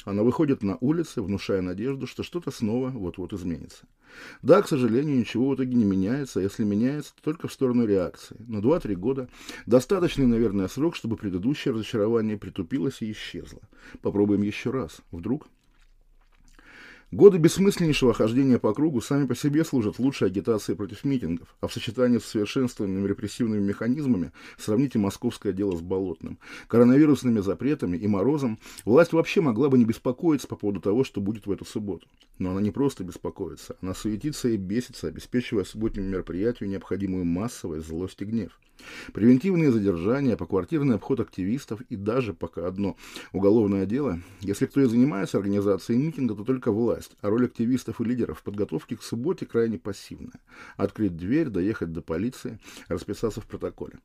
Она выходит на улицы, внушая надежду, что что-то снова вот-вот изменится. Да, к сожалению, ничего в итоге не меняется, а если меняется, то только в сторону реакции. Но 2-3 года – достаточный, наверное, срок, чтобы предыдущее разочарование притупилось и исчезло. Попробуем еще раз. Вдруг? Годы бессмысленнейшего хождения по кругу сами по себе служат лучшей агитацией против митингов, а в сочетании с совершенствованными репрессивными механизмами сравните московское дело с Болотным. Коронавирусными запретами и морозом власть вообще могла бы не беспокоиться по поводу того, что будет в эту субботу. Но она не просто беспокоится, она суетится и бесится, обеспечивая субботнему мероприятию необходимую массовость, злость и гнев. Превентивные задержания, поквартирный обход активистов и даже пока одно уголовное дело. Если кто и занимается организацией митинга, то только власть, а роль активистов и лидеров в подготовке к субботе крайне пассивная. Открыть дверь, доехать до полиции, расписаться в протоколе.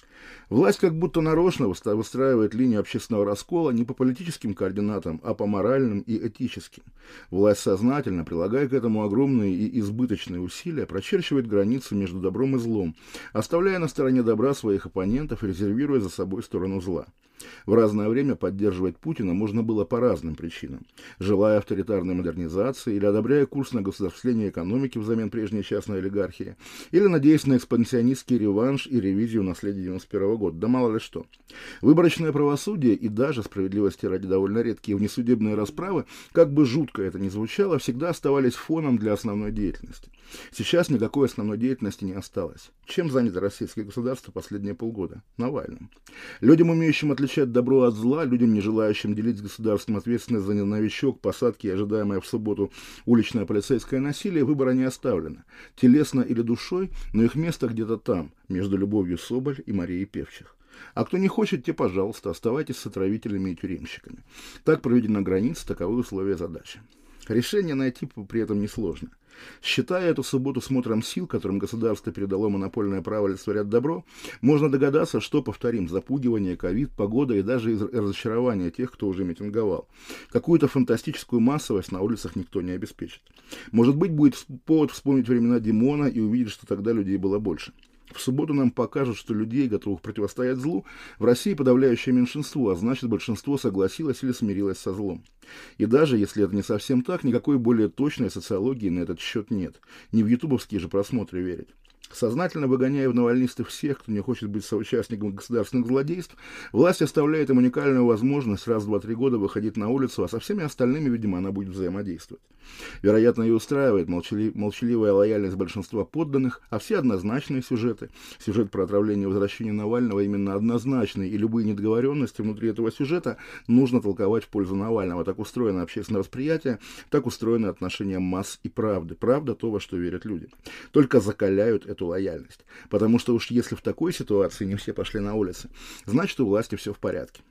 Власть как будто нарочно выстраивает линию общественного раскола не по политическим координатам, а по моральным и этическим. Власть сознательно, прилагая к этому огромные и избыточные усилия, прочерчивает границу между добром и злом, оставляя на стороне добра своих оппонентов и резервируя за собой сторону зла. В разное время поддерживать Путина можно было по разным причинам. Желая авторитарной модернизации или одобряя курс на государствление экономики взамен прежней частной олигархии, или надеясь на экспансионистский реванш и ревизию наследия 91 года, да мало ли что. Выборочное правосудие и даже, справедливости ради, довольно редкие внесудебные расправы, как бы жутко это ни звучало, всегда оставались фоном для основной деятельности. Сейчас никакой основной деятельности не осталось. Чем занято российское государство последние полгода? Навальным. Людям, умеющим отличать добро от зла, людям, не желающим делить с государством ответственность за новичок, посадки и ожидаемое в субботу уличное полицейское насилие, выбора не оставлено. Телесно или душой, но их место где-то там, между Любовью Соболь и Марией Певчих. А кто не хочет, те, пожалуйста, оставайтесь с отравителями и тюремщиками. Так проведена граница, таковы условия задачи. Решение найти при этом несложно. Считая эту субботу смотром сил, которым государство передало монопольное право олицетворять добро, можно догадаться, что, повторим, запугивание, ковид, погода и даже разочарование тех, кто уже митинговал. Какую-то фантастическую массовость на улицах никто не обеспечит. Может быть, будет повод вспомнить времена Димона и увидеть, что тогда людей было больше. В субботу нам покажут, что людей, готовых противостоять злу, в России подавляющее меньшинство, а значит, большинство согласилось или смирилось со злом. И даже если это не совсем так, никакой более точной социологии на этот счет нет. Не в ютубовские же просмотры верить. Сознательно выгоняя в навальнистов всех, кто не хочет быть соучастником государственных злодейств, власть оставляет им уникальную возможность раз в 2-3 года выходить на улицу, а со всеми остальными, видимо, она будет взаимодействовать. Вероятно, ее устраивает молчаливая лояльность большинства подданных, а все однозначные сюжеты, сюжет про отравление и возвращение Навального именно однозначный, и любые недоговоренности внутри этого сюжета нужно толковать в пользу Навального. Так устроено общественное восприятие, так устроены отношения масс и правды. Правда то, во что верят люди. Только закаляют эту лояльность. Потому что уж если в такой ситуации не все пошли на улицы, значит, у власти все в порядке.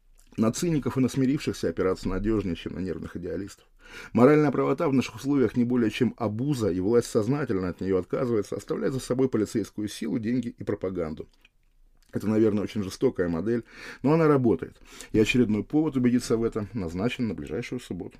На циников и на смирившихся опираться надежнее, чем на нервных идеалистов. Моральная правота в наших условиях не более чем обуза, и власть сознательно от нее отказывается, оставляя за собой полицейскую силу, деньги и пропаганду. Это, наверное, очень жестокая модель, но она работает. И очередной повод убедиться в этом назначен на ближайшую субботу.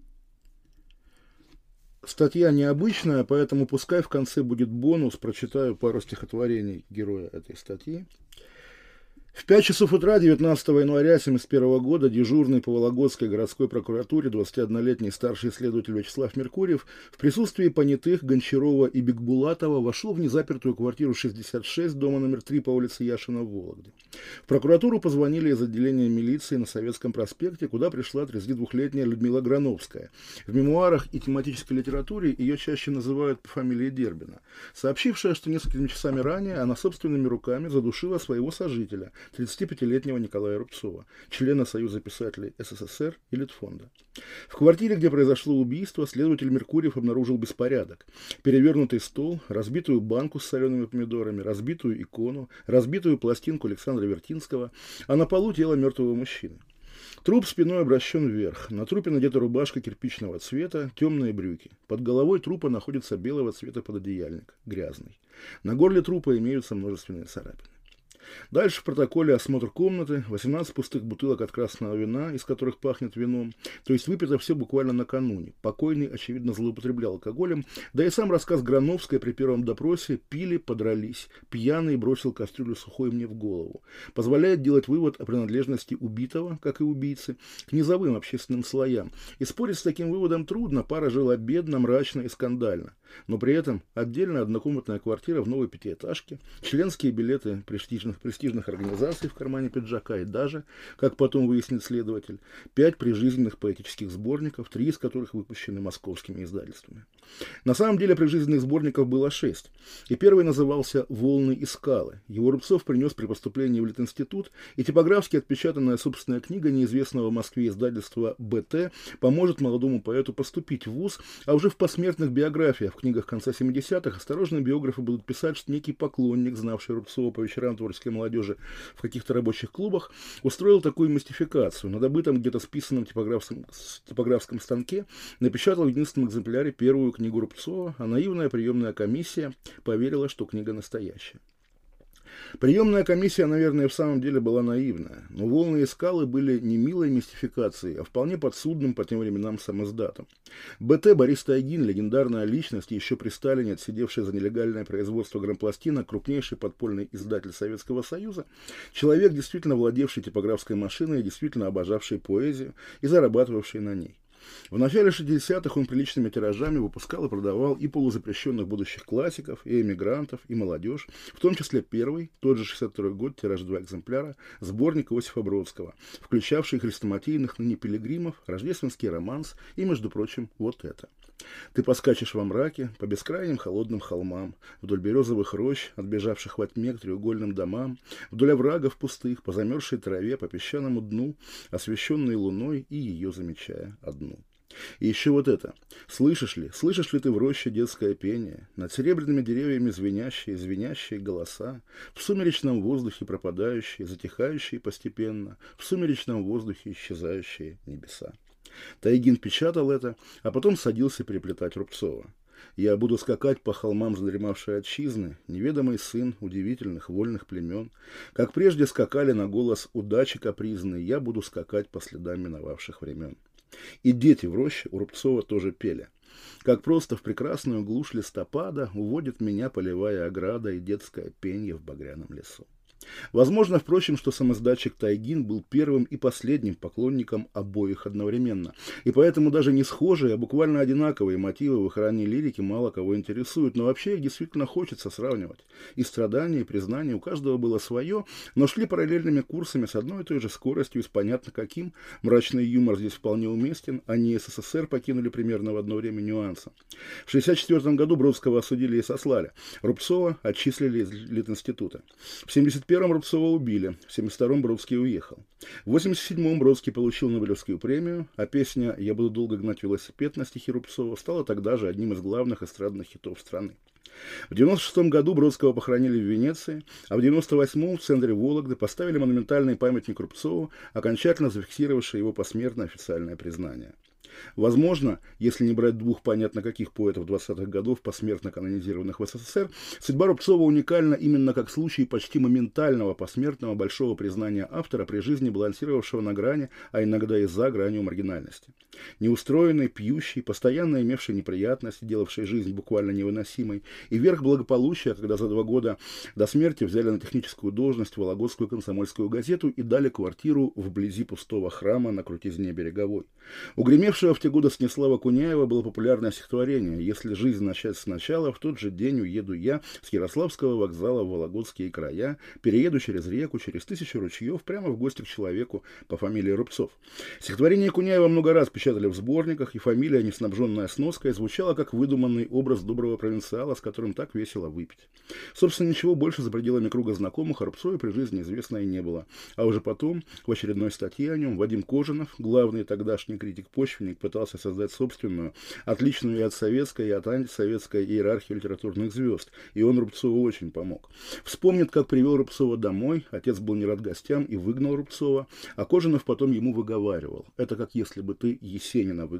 Статья необычная, поэтому пускай в конце будет бонус, прочитаю пару стихотворений героя этой статьи. В 5 часов утра 19 января 1971 года дежурный по Вологодской городской прокуратуре 21-летний старший следователь Вячеслав Меркурьев в присутствии понятых Гончарова и Бекбулатова вошел в незапертую квартиру 66 дома номер 3 по улице Яшина в Вологде. В прокуратуру позвонили из отделения милиции на Советском проспекте, куда пришла 32-летняя Людмила Грановская. В мемуарах и тематической литературе ее чаще называют по фамилии Дербина, сообщившая, что несколькими часами ранее она собственными руками задушила своего сожителя, 35-летнего Николая Рубцова, члена Союза писателей СССР и Литфонда. В квартире, где произошло убийство, следователь Меркурьев обнаружил беспорядок. Перевернутый стол, разбитую банку с солеными помидорами, разбитую икону, разбитую пластинку Александра Вертинского, а на полу тело мертвого мужчины. Труп спиной обращен вверх. На трупе надета рубашка кирпичного цвета, темные брюки. Под головой трупа находится белого цвета пододеяльник, грязный. На горле трупа имеются множественные царапины. Дальше в протоколе осмотр комнаты, 18 пустых бутылок от красного вина, из которых пахнет вином, то есть выпито все буквально накануне. Покойный, очевидно, злоупотреблял алкоголем, да и сам рассказ Грановской при первом допросе «пили, подрались, пьяный бросил кастрюлю сухой мне в голову», позволяет делать вывод о принадлежности убитого, как и убийцы, к низовым общественным слоям. И спорить с таким выводом трудно, пара жила бедно, мрачно и скандально. Но при этом отдельная однокомнатная квартира в новой пятиэтажке, членские билеты престижных организаций в кармане пиджака и даже, как потом выяснит следователь, 5 прижизненных поэтических сборников, 3 из которых выпущены московскими издательствами. На самом деле прижизненных сборников было 6, и первый назывался «Волны и скалы». Его Рубцов принес при поступлении в Литинститут, и типографски отпечатанная собственная книга неизвестного в Москве издательства «БТ» поможет молодому поэту поступить в вуз, а уже в посмертных биографиях в книгах конца 70-х осторожные биографы будут писать, что некий поклонник, знавший Рубцова по вечерам творческой молодежи в каких-то рабочих клубах, устроил такую мистификацию. На добытом где-то списанном типографском станке напечатал в единственном экземпляре первую книгу Рубцова, а наивная приемная комиссия поверила, что книга настоящая. Приемная комиссия, наверное, в самом деле была наивная, но «Волны и скалы» были не милой мистификацией, а вполне подсудным по тем временам самоздатом. БТ Борис Тайгин, легендарная личность, еще при Сталине отсидевший за нелегальное производство грампластинок, крупнейший подпольный издатель Советского Союза, человек, действительно владевший типографской машиной, действительно обожавший поэзию и зарабатывавший на ней. В начале 60-х он приличными тиражами выпускал и продавал и полузапрещенных будущих классиков, и эмигрантов, и молодежь, в том числе первый, тот же 62-й год, тираж 2 экземпляра, сборник Иосифа Бродского, включавший хрестоматийных ныне пилигримов, рождественский романс и, между прочим, вот это. Ты поскачешь во мраке по бескрайним холодным холмам, вдоль березовых рощ, отбежавших во тьме к треугольным домам, вдоль оврагов пустых, по замерзшей траве, по песчаному дну, освещенной луной и ее замечая одну. И еще вот это. Слышишь ли ты в роще детское пение, над серебряными деревьями звенящие голоса, в сумеречном воздухе пропадающие, затихающие постепенно, в сумеречном воздухе исчезающие небеса. Тайгин печатал это, а потом садился переплетать Рубцова. «Я буду скакать по холмам задремавшей отчизны, неведомый сын удивительных вольных племен. Как прежде скакали на голос удачи капризной, я буду скакать по следам миновавших времен». И дети в роще у Рубцова тоже пели. Как просто в прекрасную глушь листопада уводит меня полевая ограда и детское пенье в багряном лесу. Возможно, впрочем, что самоиздатчик Тайгин был первым и последним поклонником обоих одновременно. И поэтому даже не схожие, а буквально одинаковые мотивы в их ранней лирике мало кого интересуют. Но вообще их действительно хочется сравнивать. И страдания, и признания у каждого было свое, но шли параллельными курсами с одной и той же скоростью и с понятно каким. Мрачный юмор здесь вполне уместен. Они СССР покинули примерно в одно время нюансом. В 1964 году Бродского осудили и сослали. Рубцова отчислили из Литинститута. В 1971 Рубцова убили, в 1972 Бродский уехал. В 1987 Бродский получил Нобелевскую премию, а песня «Я буду долго гнать велосипед» на стихи Рубцова стала тогда же одним из главных эстрадных хитов страны. В 1996 году Бродского похоронили в Венеции, а в 1998 в центре Вологды поставили монументальный памятник Рубцову, окончательно зафиксировавший его посмертное официальное признание. Возможно, если не брать двух понятно каких поэтов 20-х годов, посмертно канонизированных в СССР, судьба Рубцова уникальна именно как случай почти моментального посмертного большого признания автора при жизни балансировавшего на грани, а иногда и за гранью маргинальности. Неустроенный, пьющий, постоянно имевший неприятности, делавший жизнь буквально невыносимой, и верх благополучия, когда за 2 года до смерти взяли на техническую должность Вологодскую комсомольскую газету и дали квартиру вблизи пустого храма на крутизне Береговой. Угремевшего в те годы Снеслава Куняева было популярное стихотворение «Если жизнь начать сначала, в тот же день уеду я с Ярославского вокзала в Вологодские края, перееду через реку, через 1000 ручьев, прямо в гости к человеку по фамилии Рубцов». Стихотворение Куняева много раз печатали в сборниках, и фамилия, не снабженная сноской, звучала как выдуманный образ доброго провинциала, с которым так весело выпить. Собственно, ничего больше за пределами круга знакомых о Рубцове при жизни известно и не было. А уже потом, в очередной статье о нем, Вадим Кожинов, главный тогдашний критик-почвенник, пытался создать собственную, отличную и от советской, и от антисоветской иерархии литературных звезд, и он Рубцову очень помог. Вспомнит, как привел Рубцова домой, отец был не рад гостям и выгнал Рубцова, а Кожинов потом ему выговаривал: «Это как если бы ты Есенина выгнал».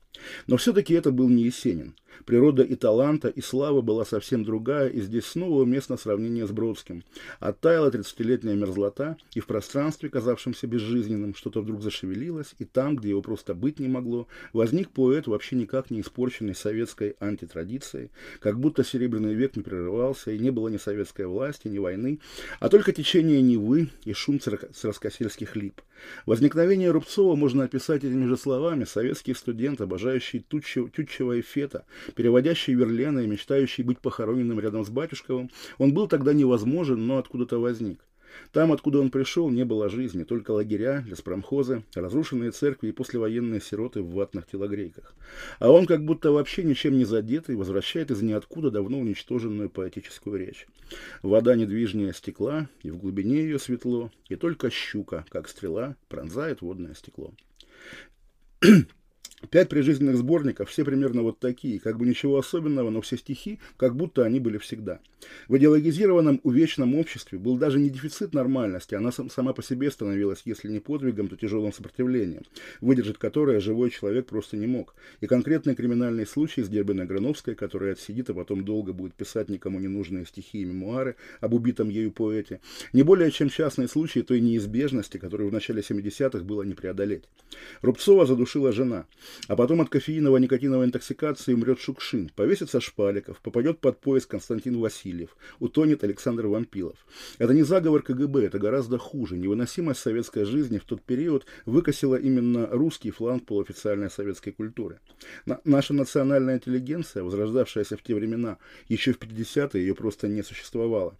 Но все-таки это был не Есенин. Природа и таланта, и слава была совсем другая, и здесь снова уместно сравнение с Бродским. Оттаяла 30-летняя мерзлота, и в пространстве, казавшемся безжизненным, что-то вдруг зашевелилось, и там, где его просто быть не могло, возник поэт, вообще никак не испорченный советской антитрадицией, как будто Серебряный век не прерывался, и не было ни советской власти, ни войны, а только течение Невы и шум царскосельских лип. Возникновение Рубцова можно описать этими же словами: советский студент, обожающий Тютчева и Фета, переводящий Верлена и мечтающий быть похороненным рядом с Батюшковым, он был тогда невозможен, но откуда-то возник. Там, откуда он пришел, не было жизни, только лагеря, леспромхозы, разрушенные церкви и послевоенные сироты в ватных телогрейках. А он, как будто вообще ничем не задетый, возвращает из ниоткуда давно уничтоженную поэтическую речь. Вода недвижнее стекла, и в глубине ее светло, и только щука, как стрела, пронзает водное стекло. 5 прижизненных сборников, все примерно вот такие, как бы ничего особенного, но все стихи, как будто они были всегда. В идеологизированном увечном обществе был даже не дефицит нормальности, она сама по себе становилась, если не подвигом, то тяжелым сопротивлением, выдержать которое живой человек просто не мог. И конкретный криминальный случай с Дербиной Грановской, которая отсидит, а потом долго будет писать никому не нужные стихи и мемуары об убитом ею поэте, не более чем частный случай той неизбежности, которую в начале 70-х было не преодолеть. Рубцова задушила жена. А потом от кофеиново-никотиновой интоксикации умрет Шукшин, повесится Шпаликов, попадет под поезд Константин Васильев, утонет Александр Вампилов. Это не заговор КГБ, это гораздо хуже. Невыносимость советской жизни в тот период выкосила именно русский фланг полуофициальной советской культуры. Наша национальная интеллигенция, возрождавшаяся в те времена, еще в 50-е ее просто не существовало,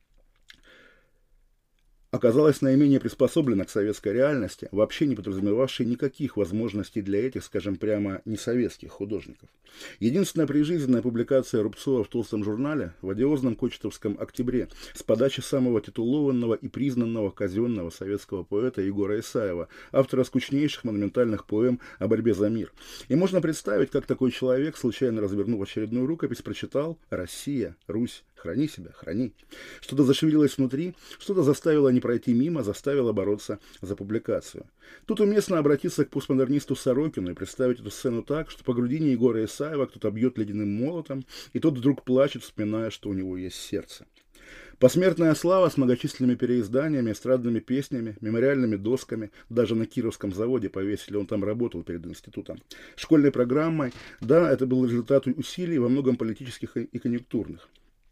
оказалась наименее приспособлена к советской реальности, вообще не подразумевавшей никаких возможностей для этих, скажем прямо, несоветских художников. Единственная прижизненная публикация Рубцова в толстом журнале в одиозном кочетовском октябре с подачи самого титулованного и признанного казенного советского поэта Егора Исаева, автора скучнейших монументальных поэм о борьбе за мир. И можно представить, как такой человек, случайно развернув очередную рукопись, прочитал: «Россия, Русь, храни себя, храни». Что-то зашевелилось внутри, что-то заставило не пройти мимо, заставило бороться за публикацию. Тут уместно обратиться к постмодернисту Сорокину и представить эту сцену так, что по грудине Егора Исаева кто-то бьет ледяным молотом, и тот вдруг плачет, вспоминая, что у него есть сердце. Посмертная слава с многочисленными переизданиями, эстрадными песнями, мемориальными досками, даже на Кировском заводе повесили, он там работал перед институтом, школьной программой, да, это был результат усилий, во многом политических и конъюнктурных.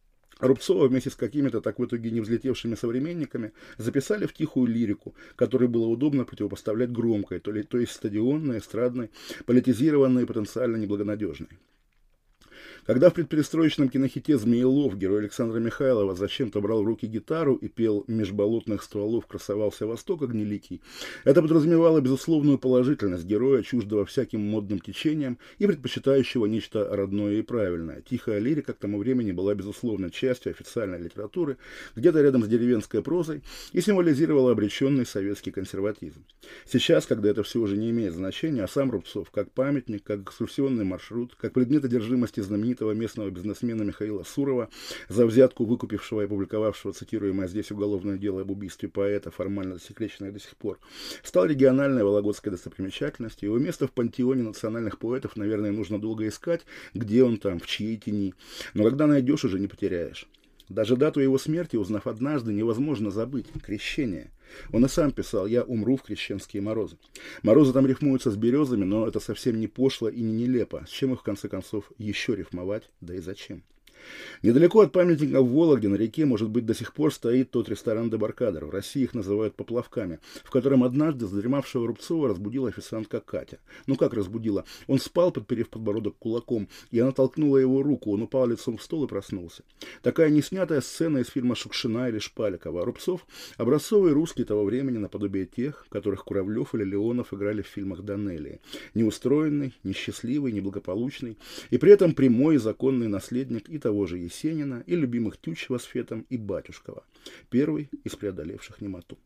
Рубцова вместе с какими-то так в итоге не взлетевшими современниками записали в тихую лирику, которой было удобно противопоставлять громкой, то есть стадионной, эстрадной, политизированной и потенциально неблагонадежной. Когда в предперестроечном кинохите «Змеелов» герой Александра Михайлова зачем-то брал в руки гитару и пел «Меж болотных стволов красовался восток огнеликий», это подразумевало безусловную положительность героя, чуждого всяким модным течениям и предпочитающего нечто родное и правильное. Тихая лирика к тому времени была безусловной частью официальной литературы, где-то рядом с деревенской прозой, и символизировала обреченный советский консерватизм. Сейчас, когда это все уже не имеет значения, а сам Рубцов как памятник, как экскурсионный маршрут, как предмет одержимости знаменитого местного бизнесмена Михаила Сурова, за взятку выкупившего и опубликовавшего цитируемое здесь уголовное дело об убийстве поэта, формально засекреченное до сих пор, стал региональной вологодской достопримечательностью. Его место в пантеоне национальных поэтов, наверное, нужно долго искать, где он там, в чьей тени. Но когда найдешь, уже не потеряешь. Даже дату его смерти, узнав однажды, невозможно забыть. Крещение. Он и сам писал: «Я умру в крещенские морозы». Морозы там рифмуются с березами, но это совсем не пошло и не нелепо. С чем их, в конце концов, еще рифмовать? Да и зачем? Недалеко от памятника в Вологде на реке, может быть, до сих пор стоит тот ресторан «Дебаркадер». В России их называют поплавками, в котором однажды задремавшего Рубцова разбудила официантка Катя. Ну как разбудила? Он спал, подперев подбородок кулаком, и она толкнула его руку, он упал лицом в стол и проснулся. Такая неснятая сцена из фильма Шукшина или Шпаликова. А Рубцов – образцовый русский того времени, наподобие тех, которых Куравлев или Леонов играли в фильмах Данелии. Неустроенный, несчастливый, неблагополучный, и при этом прямой и законный наследник и того же Есенина, и любимых Тютчева с Фетом, и Батюшкова, первый из преодолевших немоту.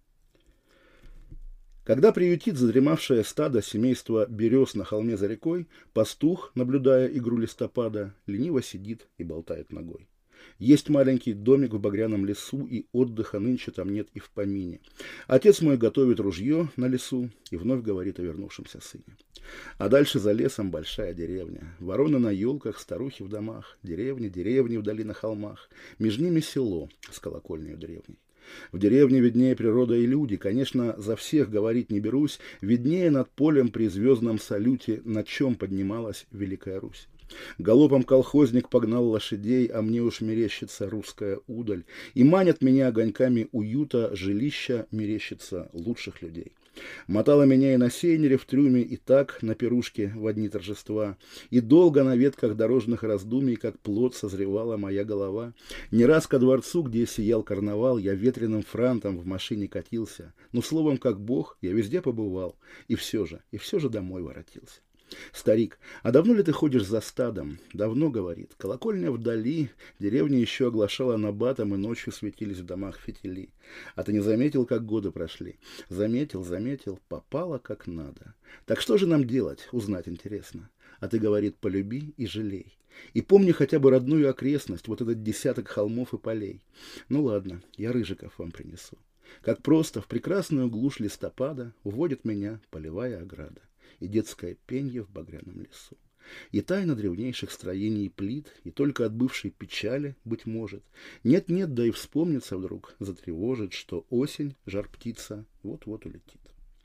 Когда приютит задремавшее стадо семейства берез на холме за рекой, пастух, наблюдая игру листопада, лениво сидит и болтает ногой. Есть маленький домик в багряном лесу, и отдыха нынче там нет и в помине. Отец мой готовит ружье на лесу и вновь говорит о вернувшемся сыне. А дальше за лесом большая деревня. Вороны на елках, старухи в домах, деревни, деревни вдали на холмах. Между ними село с колокольней древней. В деревне виднее природа и люди. Конечно, за всех говорить не берусь. Виднее над полем при звездном салюте, на чем поднималась Великая Русь. Галопом колхозник погнал лошадей, а мне уж мерещится русская удаль. И манят меня огоньками уюта жилища мерещится лучших людей. Мотала меня и на сейнере в трюме, и так на пирушке в одни торжества. И долго на ветках дорожных раздумий, как плод, созревала моя голова. Не раз ко дворцу, где сиял карнавал, я ветреным франтом в машине катился. Но словом, как бог, я везде побывал. И все же домой воротился. Старик, а давно ли ты ходишь за стадом? Давно, говорит. Колокольня вдали, деревня еще оглашала набатом, и ночью светились в домах фитили. А ты не заметил, как годы прошли? Заметил, попало как надо. Так что же нам делать, узнать интересно. А ты, говорит, полюби и жалей. И помни хотя бы родную окрестность, вот этот десяток холмов и полей. Ну ладно, я рыжиков вам принесу. Как просто в прекрасную глушь листопада уводит меня полевая ограда и детское пенье в багряном лесу. И тайна древнейших строений и плит, и только от бывшей печали, быть может, нет-нет, да и вспомнится вдруг, затревожит, что осень, жар-птица, вот-вот улетит.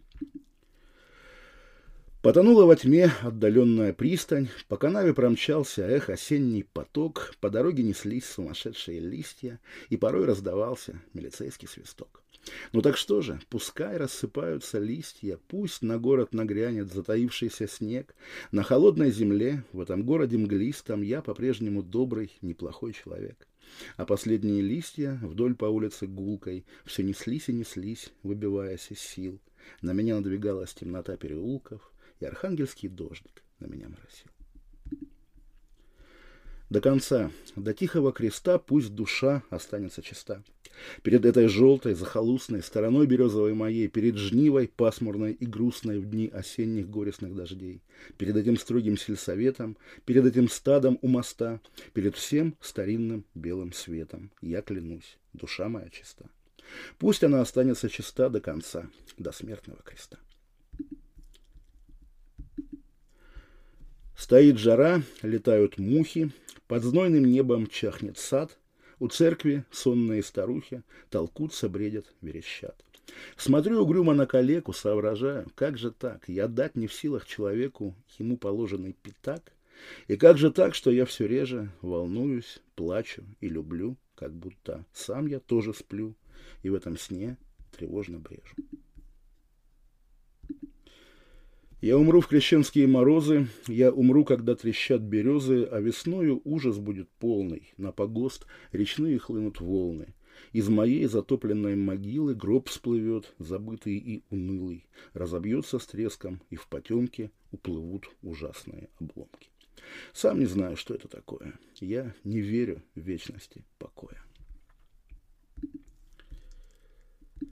Потонула во тьме отдаленная пристань, по канаве промчался осенний поток, по дороге неслись сумасшедшие листья, и порой раздавался милицейский свисток. Ну так что же, пускай рассыпаются листья, пусть на город нагрянет затаившийся снег. На холодной земле, в этом городе мглистом, я по-прежнему добрый, неплохой человек. А последние листья вдоль по улице гулкой все неслись и неслись, выбиваясь из сил. На меня надвигалась темнота переулков, и архангельский дождик на меня моросил. До конца, до тихого креста пусть душа останется чиста. Перед этой желтой, захолустной стороной березовой моей, перед жнивой, пасмурной и грустной в дни осенних горестных дождей, перед этим строгим сельсоветом, перед этим стадом у моста, перед всем старинным белым светом, я клянусь, душа моя чиста. Пусть она останется чиста до конца, до смертного креста. Стоит жара, летают мухи, под знойным небом чахнет сад, у церкви сонные старухи толкутся, бредят, верещат. Смотрю угрюмо на калеку, соображаю, как же так, я дать не в силах человеку ему положенный пятак, и как же так, что я все реже волнуюсь, плачу и люблю, как будто сам я тоже сплю, и в этом сне тревожно брежу. Я умру в крещенские морозы, я умру, когда трещат березы, а весною ужас будет полный, на погост речные хлынут волны. Из моей затопленной могилы гроб всплывет, забытый и унылый, разобьется с треском, и в потемке уплывут ужасные обломки. Сам не знаю, что это такое. Я не верю в вечности покоя.